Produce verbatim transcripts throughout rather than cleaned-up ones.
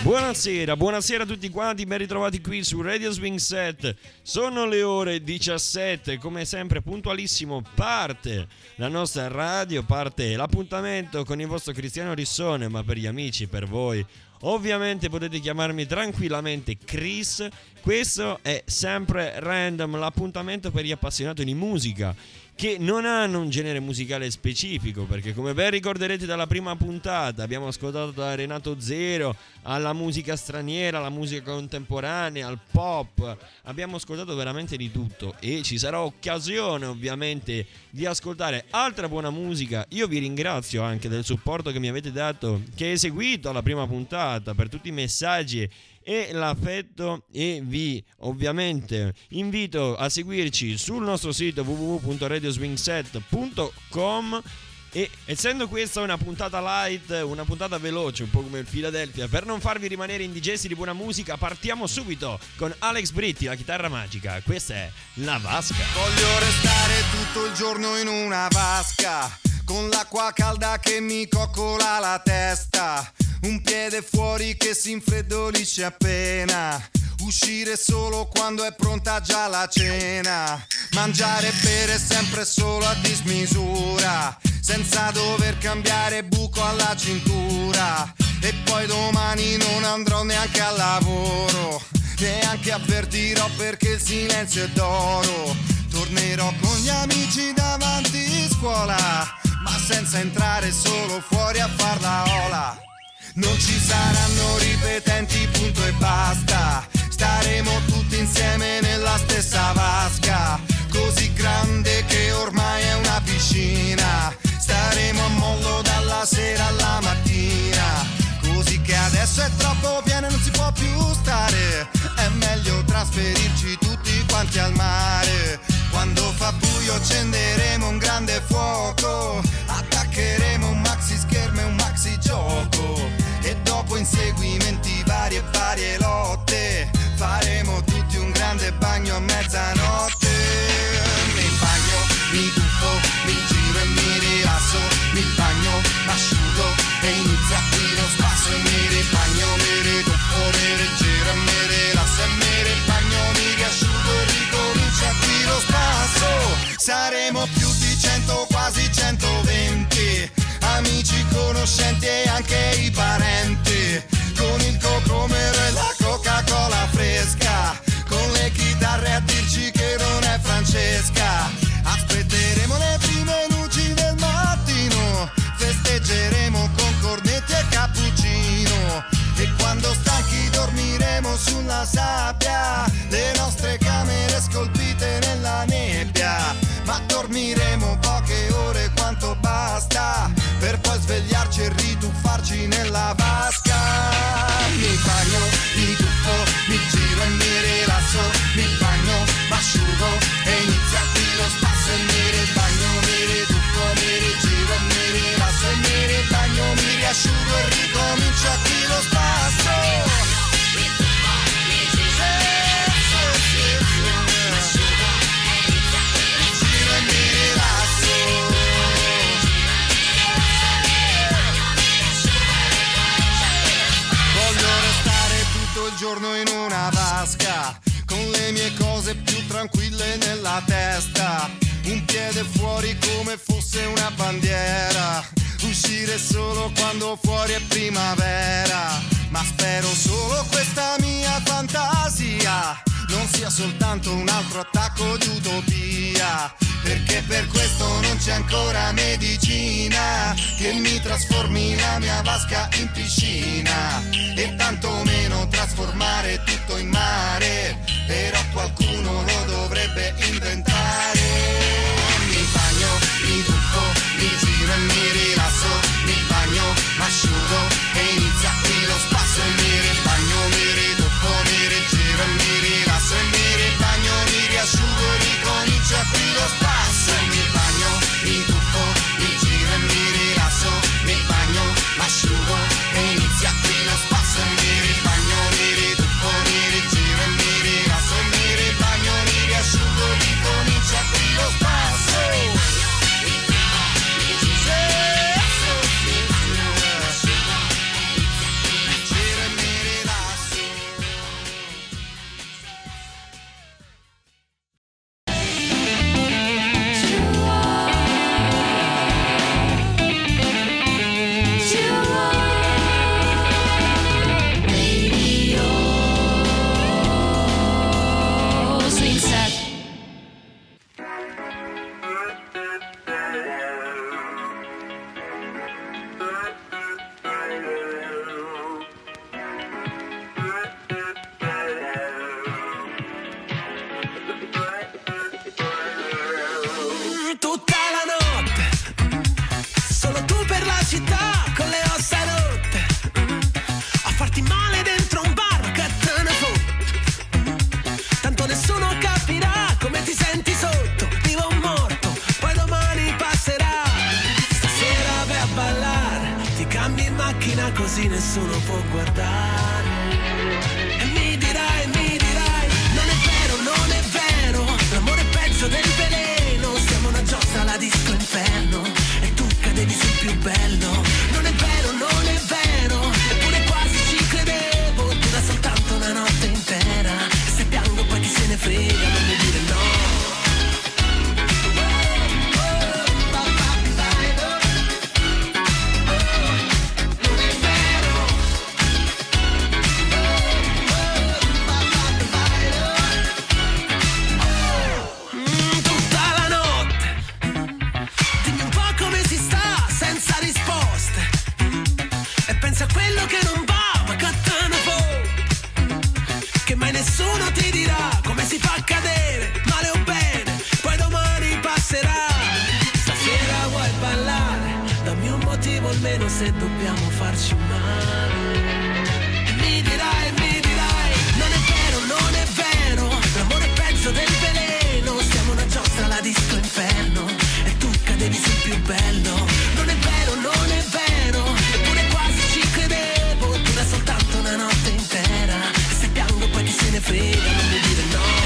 Buonasera, buonasera a tutti quanti, ben ritrovati qui su Radio Swing Set. Sono le ore diciassette, come sempre puntualissimo parte la nostra radio, parte l'appuntamento con il vostro Cristiano Rissone, ma per gli amici, per voi ovviamente potete chiamarmi tranquillamente Chris. Questo è sempre Random, l'appuntamento per gli appassionati di musica che non hanno un genere musicale specifico, perché come ben ricorderete dalla prima puntata abbiamo ascoltato da Renato Zero alla musica straniera, alla musica contemporanea, al pop, abbiamo ascoltato veramente di tutto e ci sarà occasione ovviamente di ascoltare altra buona musica. Io vi ringrazio anche del supporto che mi avete dato, che è seguito alla prima puntata, per tutti i messaggi e l'affetto, e vi ovviamente invito a seguirci sul nostro sito w w w punto radio swing set punto com. E essendo questa una puntata light, una puntata veloce, un po' come il Philadelphia, per non farvi rimanere indigesti di buona musica, partiamo subito con Alex Britti, la chitarra magica. Questa è La Vasca. Voglio restare tutto il giorno in una vasca, con l'acqua calda che mi coccola la testa, un piede fuori che si infreddolisce appena, uscire solo quando è pronta già la cena, mangiare e bere sempre solo a dismisura, senza dover cambiare buco alla cintura, e poi domani non andrò neanche al lavoro, neanche avvertirò perché il silenzio è d'oro, tornerò con gli amici davanti scuola, ma senza entrare, solo fuori a far la ola. Non ci saranno ripetenti, punto e basta, staremo tutti insieme nella stessa vasca, così grande che ormai è una piscina, staremo a mollo dalla sera alla mattina, così che adesso è troppo pieno e non si può più stare, è meglio trasferirci tutti quanti al mare, quando fa buio accenderemo un grande fuoco, attaccheremo un maxi schermo e un maxi gioco, e dopo inseguimenti vari e varie lotte faremo tutti un grande bagno a mezzanotte. Mi bagno, mi tuffo, mi giro e mi rilasso, mi bagno, m'asciugo e inizia qui lo spasso, e mi ribagno, mi rituffo, mi rigiro e mi rilasso, e mi ribagno, mi riasciugo e ricomincia qui lo spasso. Saremo più di cento, quasi centoventi, amici, conoscenti e anche i parenti, con il cocomero e la Coca-Cola fresca, con le chitarre a dirci che non è Francesca. Aspetteremo le prime luci del mattino, festeggeremo con cornetti e cappuccino, e quando stanchi dormiremo sulla sabbia, le nostre camere scolpite nella nebbia, ma dormiremo poche ore quanto basta, per poi svegliarci e rituffarci nella vasca. Mi bagno, mi tuffo, mi giro e mi rilasso, mi bagno, m'asciugo e inizia qui lo spasso, e mi ribagno, mi rituffo, mi rigiro e mi rilasso, e mi ribagno, mi riasciugo e ricomincia qui lo spasso. Il giorno in una vasca, con le mie cose più tranquille nella testa, un piede fuori come fosse una bandiera, uscire solo quando fuori è primavera, ma spero solo questa mia fantasia non sia soltanto un altro attacco di utopia, perché per questo non c'è ancora medicina che mi trasformi la mia vasca in piscina, e tantomeno trasformare tutto in mare, però qualcuno lo dovrebbe inventare. Mi bagno, mi tuffo, mi giro e mi rilasso, mi bagno, m'asciugo e inizia qui lo spasso, e mi ribagno, mi rituffo, mi rigiro e mi rilasso, e mi ribagno, mi riasciugo e ricomincia qui lo spasso. Mi bagno, mi tuffo, mi giro e mi rilasso, mi bagno, m'asciugo e inizia farti male dentro un bar, che te ne fotte. Tanto nessuno capirà come ti senti sotto, vivo o morto, poi domani passerà. Stasera vai a ballare, ti cambi in macchina così nessuno può guardare. E mi dirai, mi dirai, non è vero, non è vero, l'amore è peggio del veleno. Siamo una giostra alla disco inferno e tu cadevi sul più bello. Non è vero, non è vero, eppure quasi ci credevo. Dura soltanto una notte intera e se piango poi chi se ne frega, non mi dire no. Pensa a quello che non va, ma che te ne può, che mai nessuno ti dirà come si fa a cadere, male o bene, poi domani passerà. Stasera vuoi ballare, dammi un motivo almeno se dobbiamo farci male. E mi dirai, mi dirai, non è vero, non è vero, l'amore è peggio del veleno. Siamo una giostra alla disco inferno e tu cadevi sul più bello. Non è vero, non è vero, eppure quasi ci credevo. Dura soltanto una notte intera e se piango poi chi se ne frega, non mi dire no.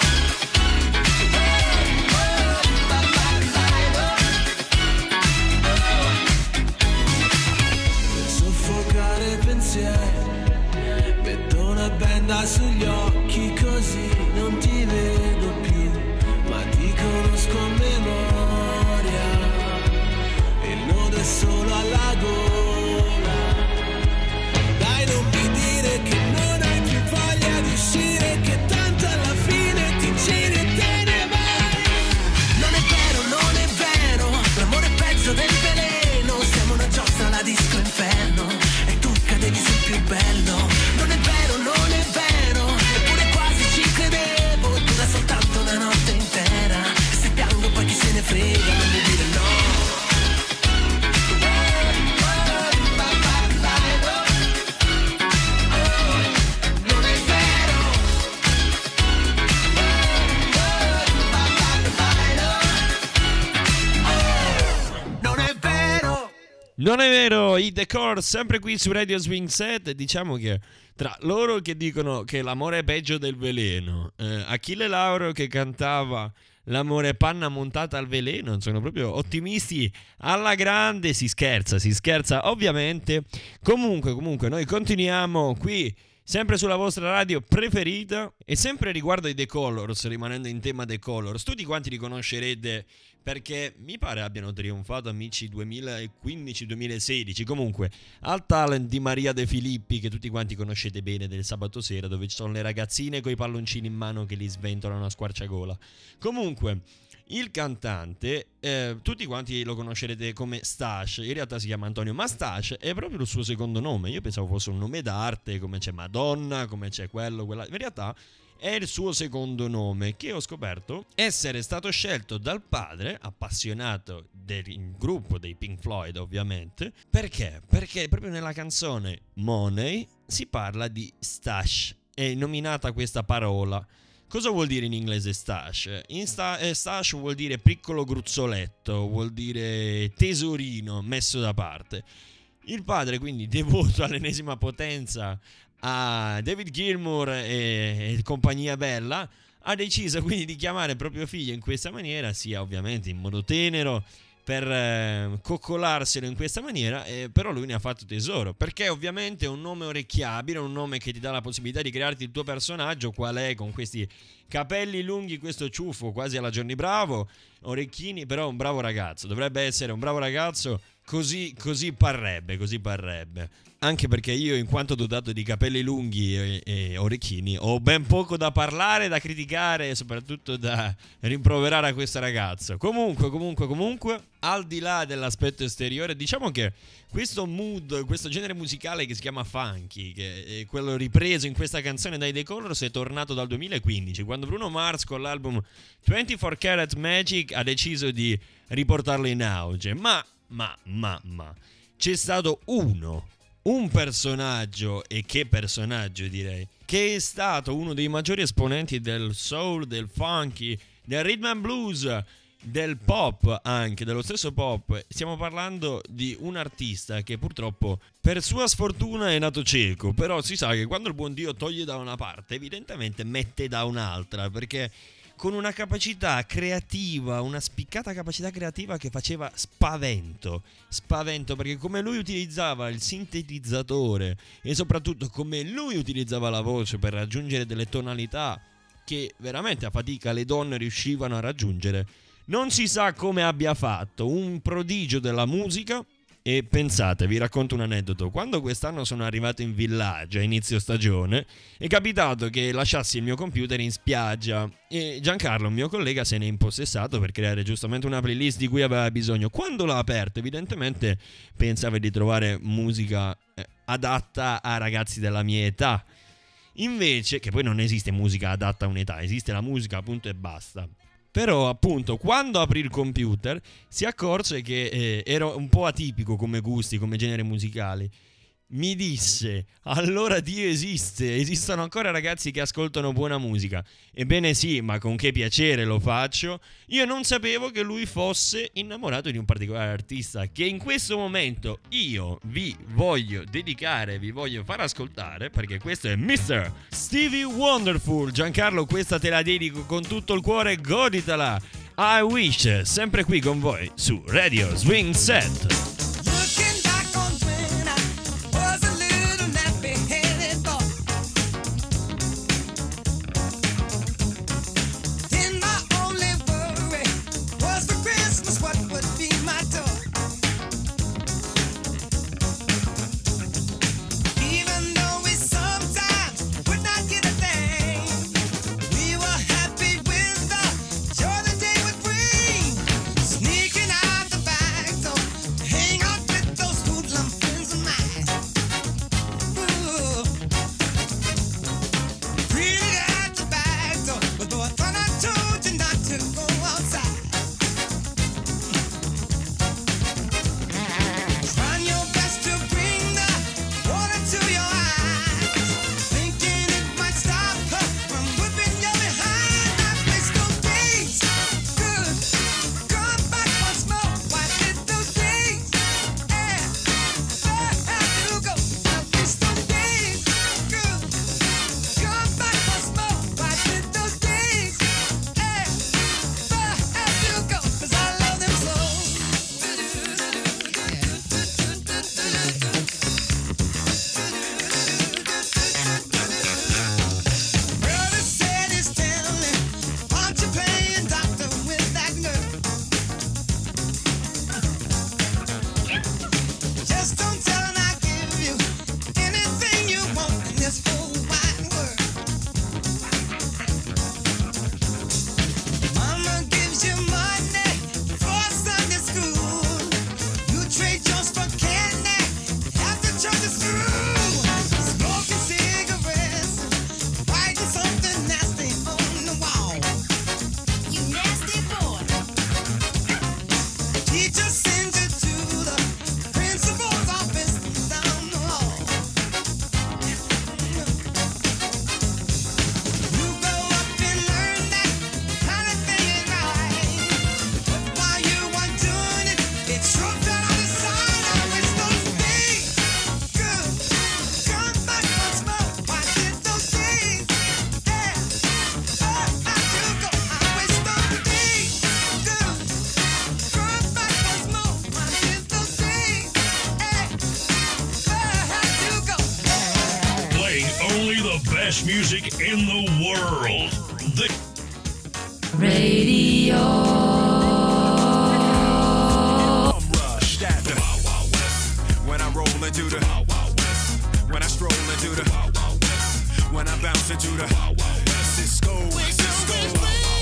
Per soffocare i pensieri metto una benda sugli occhi così non ti vedo più, ma ti conosco a memoria. Il nodo è solo alla gola. Dai, non mi dire che non hai più voglia di uscire, che tanto alla fine ti giri e te ne vai. Non è vero, non è vero, l'amore è peggio del veleno. Siamo una giostra alla disco inferno e tu cadevi sul più bello. Non è vero, non è vero, eppure quasi ci credevo. Dura soltanto una notte intera e se piango poi chi se ne frega, non mi dire no. Non è vero, i The Corrs, sempre qui su Radio Swing Set. Diciamo che tra loro che dicono che l'amore è peggio del veleno, eh, Achille Lauro che cantava l'amore è panna montata al veleno, sono proprio ottimisti alla grande. Si scherza, si scherza ovviamente. Comunque, comunque noi continuiamo qui sempre sulla vostra radio preferita e sempre riguardo ai The Colors, rimanendo in tema The Colors. Tutti quanti li conoscerete perché mi pare abbiano trionfato, amici, duemilaquindici duemilasedici, comunque al talent di Maria De Filippi, che tutti quanti conoscete bene, del sabato sera, dove ci sono le ragazzine con i palloncini in mano che li sventolano a squarciagola. Comunque il cantante, eh, tutti quanti lo conoscerete come Stash, in realtà si chiama Antonio, ma Stash è proprio il suo secondo nome. Io pensavo fosse un nome d'arte, come c'è Madonna, come c'è quello, quella. In realtà è il suo secondo nome, che ho scoperto essere stato scelto dal padre, appassionato del gruppo dei Pink Floyd ovviamente. Perché? Perché proprio nella canzone Money si parla di stash, è nominata questa parola. Cosa vuol dire in inglese stash? In sta- eh, stash vuol dire piccolo gruzzoletto, vuol dire tesorino messo da parte. Il padre, quindi devoto all'ennesima potenza a David Gilmour e, e compagnia bella, ha deciso quindi di chiamare proprio figlio in questa maniera, sia ovviamente in modo tenero per eh, coccolarselo in questa maniera, eh, però lui ne ha fatto tesoro, perché ovviamente è un nome orecchiabile, un nome che ti dà la possibilità di crearti il tuo personaggio, qual è, con questi capelli lunghi, questo ciuffo quasi alla Johnny Bravo, orecchini, però un bravo ragazzo, dovrebbe essere un bravo ragazzo, così, così parrebbe, così parrebbe. Anche perché io, in quanto dotato di capelli lunghi e, e orecchini, ho ben poco da parlare, da criticare e soprattutto da rimproverare a questo ragazzo. Comunque, comunque, comunque, al di là dell'aspetto esteriore, diciamo che questo mood, questo genere musicale che si chiama funky, che è quello ripreso in questa canzone dai The Colors, è tornato dal duemilaquindici, quando Bruno Mars con l'album ventiquattro Karat Magic ha deciso di riportarlo in auge. Ma, ma, ma, ma, c'è stato uno un personaggio, e che personaggio direi, che è stato uno dei maggiori esponenti del soul, del funky, del rhythm and blues, del pop, anche dello stesso pop. Stiamo parlando di un artista che purtroppo per sua sfortuna è nato cieco, però si sa che quando il buon Dio toglie da una parte evidentemente mette da un'altra, perché con una capacità creativa, una spiccata capacità creativa che faceva spavento, spavento, perché come lui utilizzava il sintetizzatore e soprattutto come lui utilizzava la voce per raggiungere delle tonalità che veramente a fatica le donne riuscivano a raggiungere, non si sa come abbia fatto, un prodigio della musica. E pensate, vi racconto un aneddoto: quando quest'anno sono arrivato in villaggio a inizio stagione, è capitato che lasciassi il mio computer in spiaggia e Giancarlo, un mio collega, se ne è impossessato per creare giustamente una playlist di cui aveva bisogno. Quando l'ha aperta, evidentemente pensava di trovare musica eh, adatta a ragazzi della mia età, invece, che poi non esiste musica adatta a un'età, esiste la musica appunto e basta. Però appunto quando aprì il computer si accorse che eh, ero un po' atipico come gusti, come genere musicali. Mi disse: allora Dio esiste, esistono ancora ragazzi che ascoltano buona musica. Ebbene sì, ma con che piacere lo faccio. Io non sapevo che lui fosse innamorato di un particolare artista che in questo momento io vi voglio dedicare, vi voglio far ascoltare, perché questo è mister Stevie Wonderful. Giancarlo, questa te la dedico con tutto il cuore, goditela. I Wish, sempre qui con voi su Radio Swing Set. Music in the world. The Radio. I'm rushed at the Wild Wild West. When I roll into the Wild Wild West. When I stroll into the Wild Wild West. When I bounce into the Wild Wild West. Cisco, Cisco.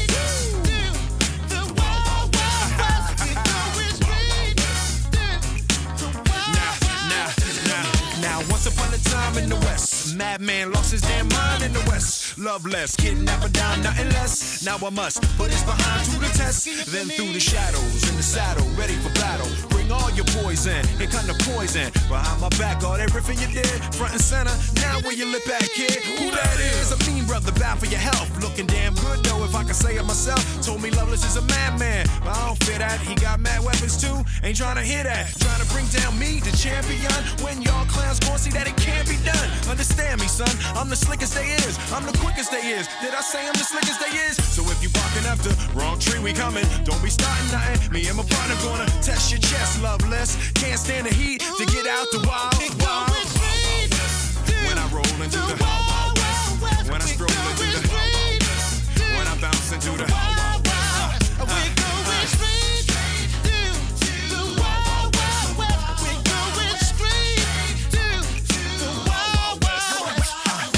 Once upon a time in the West, madman lost his damn mind in the West. Love less, kidnapper down, nothing less. Now I must put his behind to the test. Then through the shadows, in the saddle, ready for battle. Bring all your poison. It kind of poison. Behind my back, all that riffing you did, front and center. Now where you lip at, kid? Who that is? A mean brother, bad for your health. Looking damn good though, if I can say it myself. Told me Loveless is a madman, but I don't fear that. He got mad weapons too. Ain't trying to hear that. Trying to bring down me, the champion. When y'all clowns gon' see that it can't be done. Understand me, son. I'm the slickest they is. I'm the quickest they is. Did I say I'm the slickest they is? So if you barking up the wrong tree, we coming. Don't be starting nothing. Me and my partner gonna test your chest, Loveless. Can't stand the heat to get out the wild, wild. When I roll into the wild, wild west. When I stroll into the wild, wild west. When I bounce into the wild, wild west. We're going straight to the wild, wild west. We're going straight to the wild, wild west.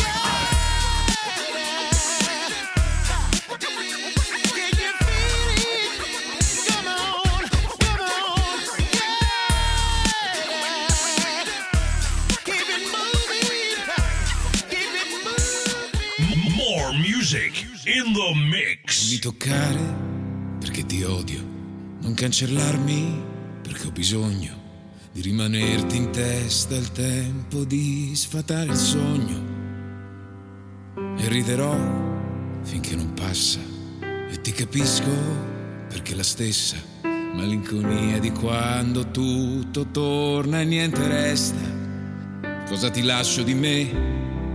Can you feel it? Come on, come on, yeah. Keep it moving, keep it moving. More music in the mix. Non mi toccare perché ti odio, non cancellarmi perché ho bisogno di rimanerti in testa il tempo di sfatare il sogno, e riderò finché non passa, e ti capisco perché la stessa malinconia di quando tutto torna e niente resta. Cosa ti lascio di me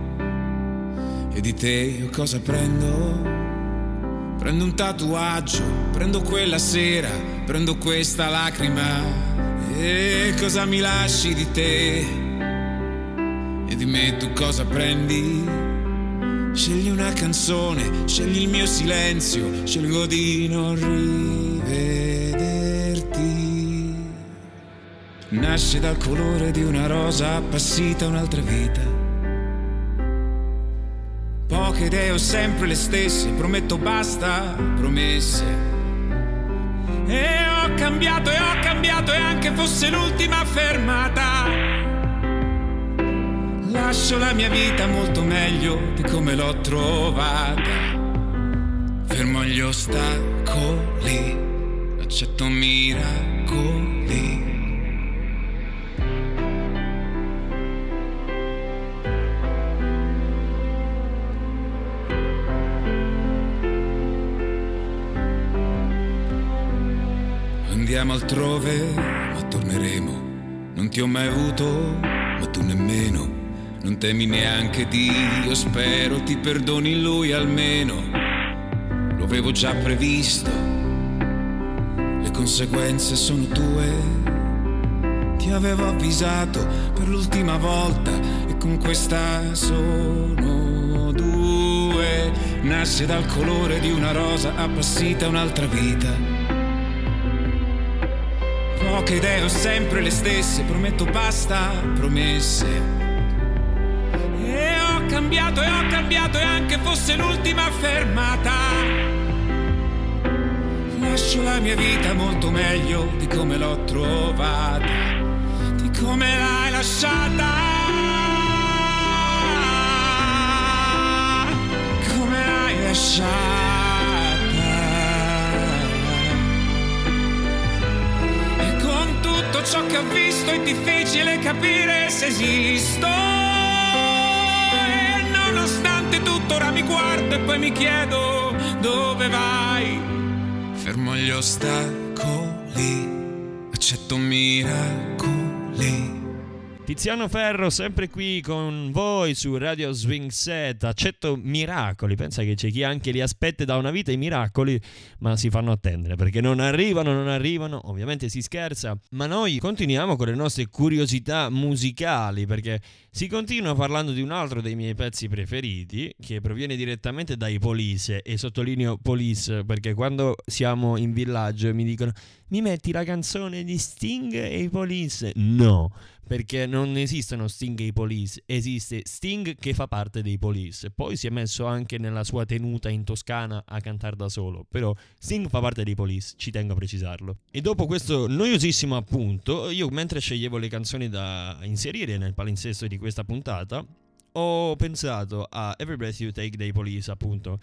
e di te, o cosa prendo? Prendo un tatuaggio, prendo quella sera, prendo questa lacrima. E cosa mi lasci di te? E di me tu cosa prendi? Scegli una canzone, scegli il mio silenzio, scelgo di non rivederti. Nasce dal colore di una rosa appassita un'altra vita. Poche idee ho sempre le stesse, prometto basta promesse. E ho cambiato e ho cambiato, e anche fosse l'ultima fermata, lascio la mia vita molto meglio di come l'ho trovata. Fermo gli ostacoli, accetto miracoli. Andiamo altrove, ma torneremo. Non ti ho mai avuto, ma tu nemmeno. Non temi neanche Dio, spero ti perdoni lui almeno. Lo avevo già previsto, le conseguenze sono tue. Ti avevo avvisato per l'ultima volta, e con questa sono due. Nasce dal colore di una rosa appassita un'altra vita. Poche idee ho sempre le stesse, prometto basta promesse. E ho cambiato e ho cambiato, e anche fosse l'ultima fermata, lascio la mia vita molto meglio di come l'ho trovata, di come l'hai lasciata, come l'hai lasciata. Ciò che ho visto è difficile capire se esisto, e nonostante tutto ora mi guardo e poi mi chiedo dove vai. Fermo gli ostacoli, accetto miracoli. Tiziano Ferro sempre qui con voi su Radio Swing Set. Accetto miracoli. Pensa che c'è chi anche li aspetta da una vita i miracoli, ma si fanno attendere perché non arrivano, non arrivano. Ovviamente si scherza, ma noi continuiamo con le nostre curiosità musicali, perché si continua parlando di un altro dei miei pezzi preferiti, che proviene direttamente dai Police, e sottolineo Police perché quando siamo in villaggio mi dicono: mi metti la canzone di Sting e i Police? No, perché non esistono Sting e i Police, esiste Sting che fa parte dei Police. Poi si è messo anche nella sua tenuta in Toscana a cantare da solo, però Sting fa parte dei Police, ci tengo a precisarlo. E dopo questo noiosissimo appunto, io mentre sceglievo le canzoni da inserire nel palinsesto di questa puntata, ho pensato a Every Breath You Take dei Police, appunto.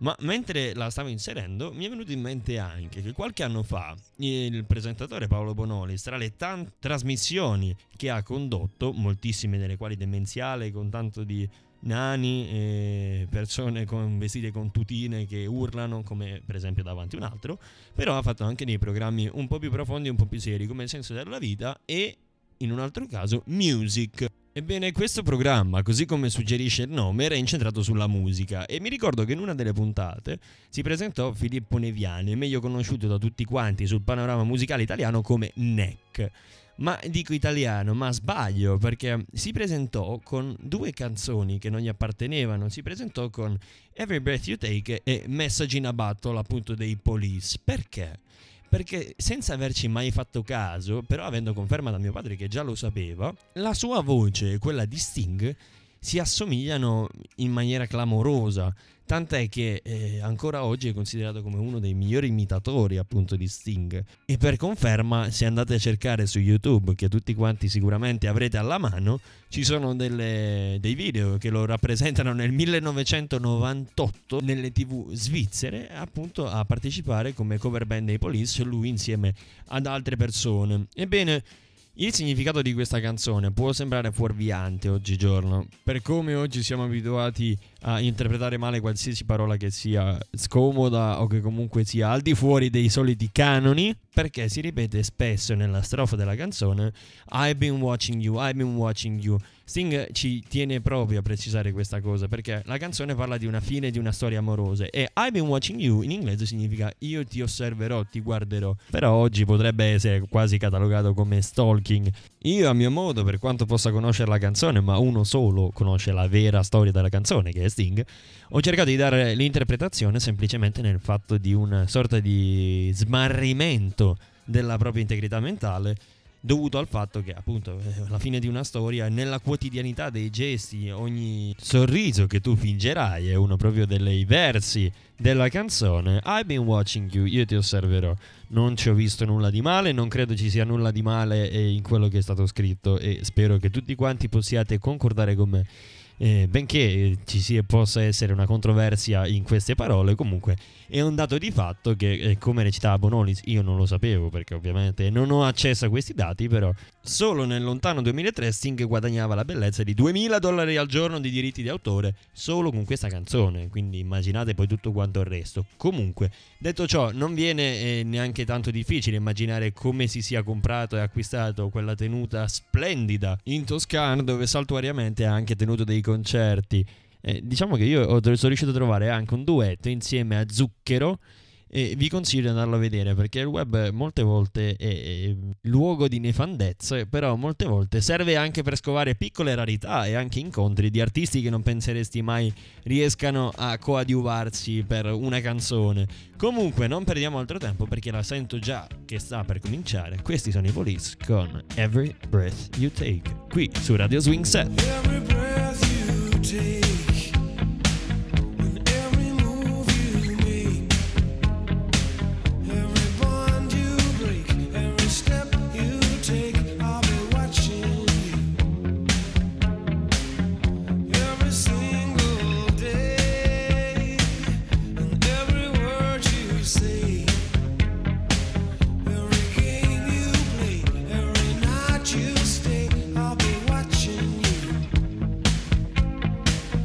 Ma mentre la stavo inserendo mi è venuto in mente anche che qualche anno fa il presentatore Paolo Bonolis, tra le tante trasmissioni che ha condotto, moltissime delle quali demenziali, con tanto di nani e persone con vestite con tutine che urlano, come per esempio davanti a un altro, però ha fatto anche dei programmi un po' più profondi, un po' più seri, come Il senso della vita e, in un altro caso, Music. Ebbene, questo programma, così come suggerisce il nome, era incentrato sulla musica e mi ricordo che in una delle puntate si presentò Filippo Neviani, meglio conosciuto da tutti quanti sul panorama musicale italiano come Neck. Ma dico italiano, ma sbaglio, perché si presentò con due canzoni che non gli appartenevano. Si presentò con Every Breath You Take e Message in a Battle, appunto, dei Police. Perché? Perché senza averci mai fatto caso, però avendo conferma da mio padre che già lo sapeva, la sua voce e quella di Sting si assomigliano in maniera clamorosa, tant'è che eh, ancora oggi è considerato come uno dei migliori imitatori, appunto, di Sting. E per conferma, se andate a cercare su YouTube, che tutti quanti sicuramente avrete alla mano, ci sono delle, dei video che lo rappresentano nel millenovecentonovantotto nelle tv svizzere, appunto a partecipare come cover band dei Police, lui insieme ad altre persone. Ebbene, il significato di questa canzone può sembrare fuorviante oggigiorno, per come oggi siamo abituati a interpretare male qualsiasi parola che sia scomoda o che comunque sia al di fuori dei soliti canoni, perché si ripete spesso nella strofa della canzone I've been watching you, I've been watching you. Sting ci tiene proprio a precisare questa cosa, perché la canzone parla di una fine di una storia amorosa e I've been watching you in inglese significa io ti osserverò, ti guarderò, però oggi potrebbe essere quasi catalogato come stalking. Io a mio modo, per quanto possa conoscere la canzone, ma uno solo conosce la vera storia della canzone, che è Sting, ho cercato di dare l'interpretazione semplicemente nel fatto di una sorta di smarrimento della propria integrità mentale, dovuto al fatto che, appunto, alla fine di una storia, nella quotidianità dei gesti, ogni sorriso che tu fingerai è uno proprio dei versi della canzone I've been watching you, io ti osserverò. Non ci ho visto nulla di male, non credo ci sia nulla di male in quello che è stato scritto e spero che tutti quanti possiate concordare con me. Eh, benché ci sia, possa essere una controversia in queste parole, comunque è un dato di fatto che, eh, come recitava Bonolis, io non lo sapevo perché ovviamente non ho accesso a questi dati, però solo nel lontano duemilatré Sting guadagnava la bellezza di duemila dollari al giorno di diritti di autore solo con questa canzone, quindi immaginate poi tutto quanto il resto. Comunque, detto ciò, non viene eh, neanche tanto difficile immaginare come si sia comprato e acquistato quella tenuta splendida in Toscana, dove saltuariamente ha anche tenuto dei concerti. Eh, diciamo che io ho, sono riuscito a trovare anche un duetto insieme a Zucchero e vi consiglio di andarlo a vedere, perché il web molte volte è, è luogo di nefandezze, però molte volte serve anche per scovare piccole rarità e anche incontri di artisti che non penseresti mai riescano a coadiuvarsi per una canzone. Comunque non perdiamo altro tempo, perché la sento già che sta per cominciare. Questi sono i Police con Every Breath You Take, qui su Radio Swing Set. Every breath you take. You stay, I'll be watching you.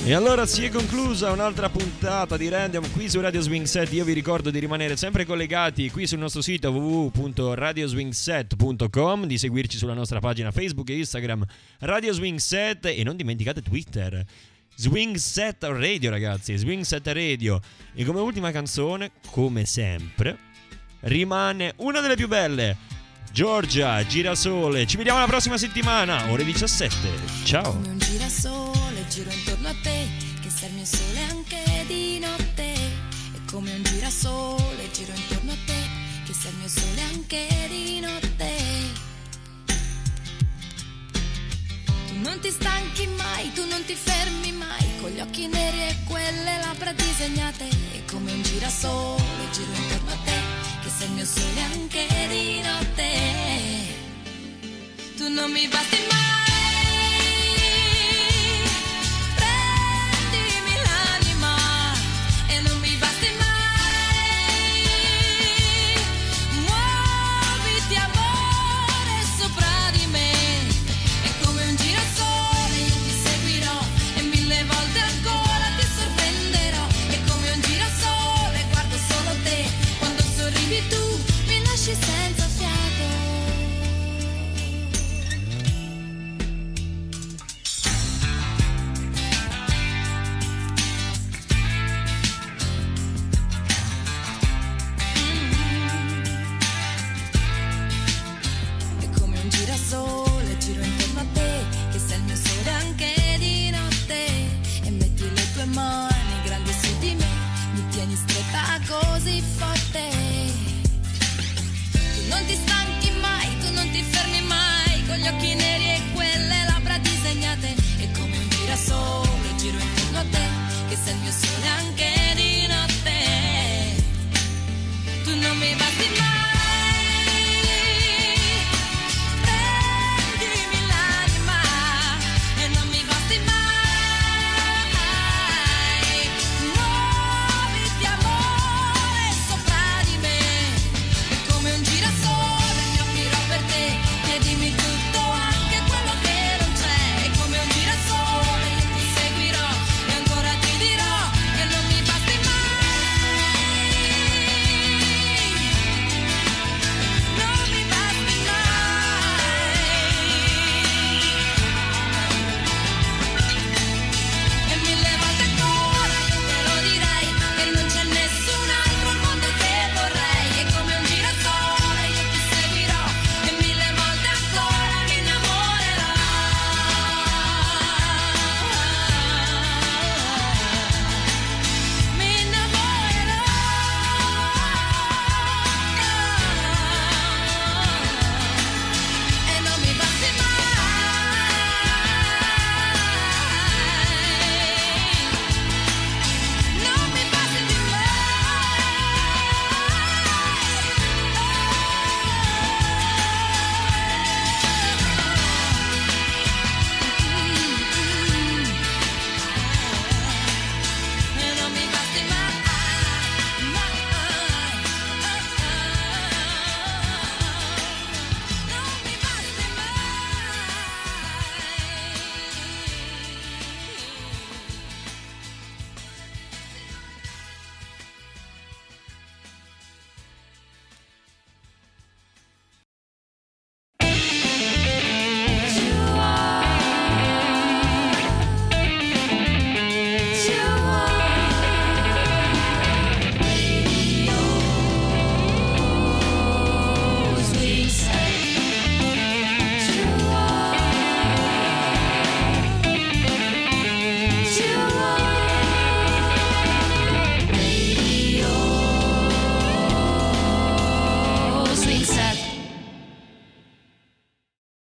E allora si è conclusa un'altra puntata di Random qui su Radio Swing Set. Io vi ricordo di rimanere sempre collegati qui sul nostro sito w w w punto radio swing set punto com, di seguirci sulla nostra pagina Facebook e Instagram Radio Swing Set, e non dimenticate Twitter Swing Set Radio, ragazzi, Swing Set Radio. E come ultima canzone, come sempre, rimane una delle più belle, Giorgia, Girasole. Ci vediamo la prossima settimana, ore diciassette. Ciao. Come un girasole giro intorno a te, che sei il mio sole anche di notte. E come un girasole giro intorno a te, che sei il mio sole anche di notte. Tu non ti stanchi mai, tu non ti fermi mai, con gli occhi neri e quelle labbra disegnate. E come un girasole giro intorno a te, che sei il mio sole anche di notte. Tu non mi basti mai, prendimi l'anima, e non mi basti mai, muoviti amore sopra di me. E come un girasole io ti seguirò, e mille volte ancora ti sorprenderò. E come un girasole guardo solo te, quando sorridi tu mi lasci senza